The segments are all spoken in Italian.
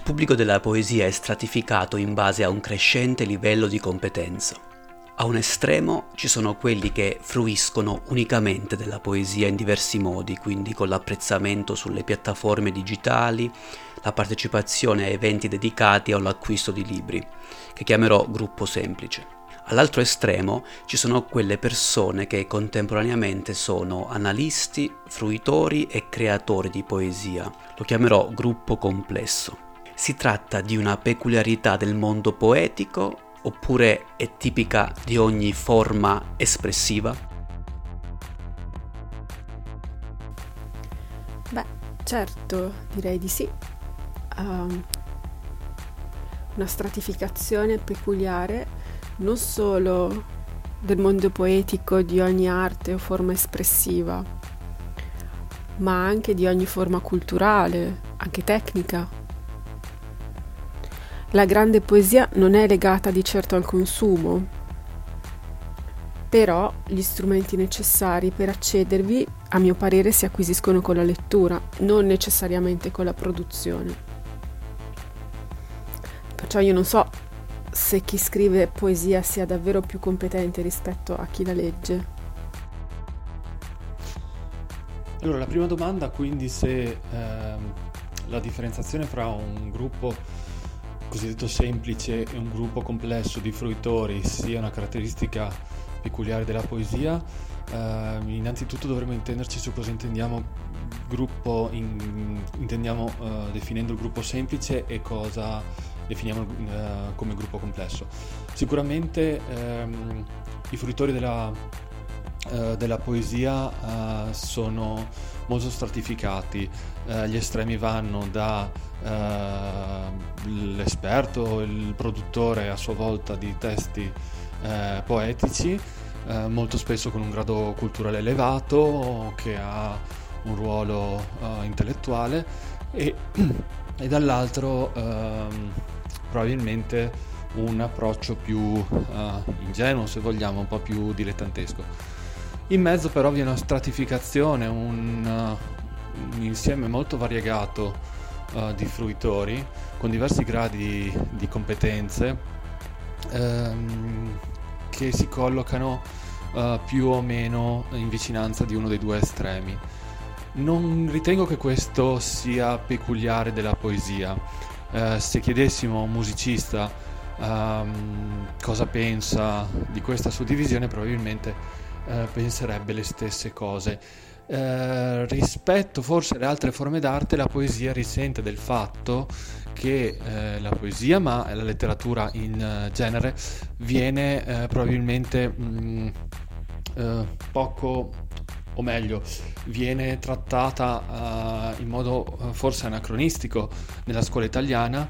pubblico della poesia è stratificato in base a un crescente livello di competenza. A un estremo ci sono quelli che fruiscono unicamente della poesia in diversi modi, quindi con l'apprezzamento sulle piattaforme digitali, la partecipazione a eventi dedicati o l'acquisto di libri, che chiamerò gruppo semplice. All'altro estremo ci sono quelle persone che contemporaneamente sono analisti, fruitori e creatori di poesia. Lo chiamerò gruppo complesso. Si tratta di una peculiarità del mondo poetico oppure è tipica di ogni forma espressiva? Beh, certo, direi di sì. Una stratificazione peculiare non solo del mondo poetico di ogni arte o forma espressiva, ma anche di ogni forma culturale, anche tecnica. La grande poesia non è legata di certo al consumo, però gli strumenti necessari per accedervi, a mio parere, si acquisiscono con la lettura, non necessariamente con la produzione. Perciò io non so se chi scrive poesia sia davvero più competente rispetto a chi la legge. Allora, la prima domanda quindi se la differenziazione fra un gruppo cosiddetto semplice e un gruppo complesso di fruitori sia una caratteristica peculiare della poesia, innanzitutto dovremmo intenderci su cosa intendiamo definendo il gruppo semplice e cosa definiamo come gruppo complesso. Sicuramente i fruitori della poesia sono molto stratificati. Gli estremi vanno da l'esperto, il produttore a sua volta di testi poetici, molto spesso con un grado culturale elevato, che ha un ruolo intellettuale, e dall'altro probabilmente un approccio più ingenuo, se vogliamo, un po' più dilettantesco. In mezzo però vi è una stratificazione, un insieme molto variegato di fruitori con diversi gradi di competenze che si collocano più o meno in vicinanza di uno dei due estremi. Non ritengo che questo sia peculiare della poesia. Se chiedessimo a un musicista cosa pensa di questa suddivisione, probabilmente penserebbe le stesse cose. Rispetto forse alle altre forme d'arte, la poesia risente del fatto che la poesia, ma la letteratura in genere, viene probabilmente poco, o meglio, viene trattata in modo forse anacronistico nella scuola italiana,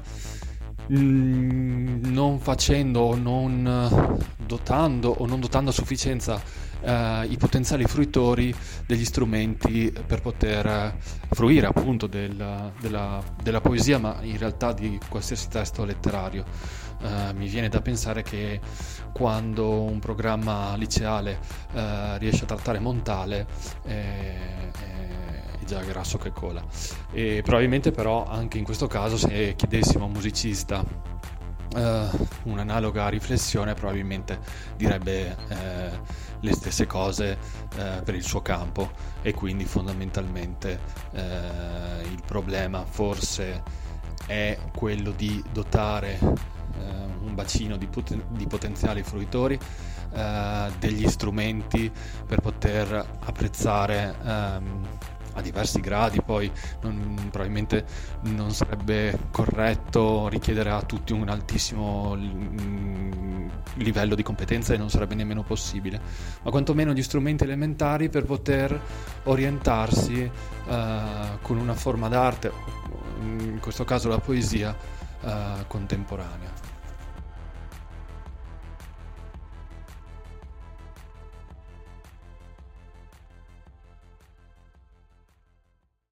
non facendo, non dotando o non dotando a sufficienza i potenziali fruitori degli strumenti per poter fruire appunto della poesia, ma in realtà di qualsiasi testo letterario. Mi viene da pensare che quando un programma liceale riesce a trattare Montale è già grasso che cola. E probabilmente però anche in questo caso, se chiedessimo a un musicista un'analoga riflessione, probabilmente direbbe le stesse cose per il suo campo, e quindi fondamentalmente il problema forse è quello di dotare un bacino di potenziali fruitori degli strumenti per poter apprezzare a diversi gradi. Poi probabilmente non sarebbe corretto richiedere a tutti un altissimo livello di competenza, e non sarebbe nemmeno possibile, ma quantomeno gli strumenti elementari per poter orientarsi con una forma d'arte, in questo caso la poesia, contemporanea.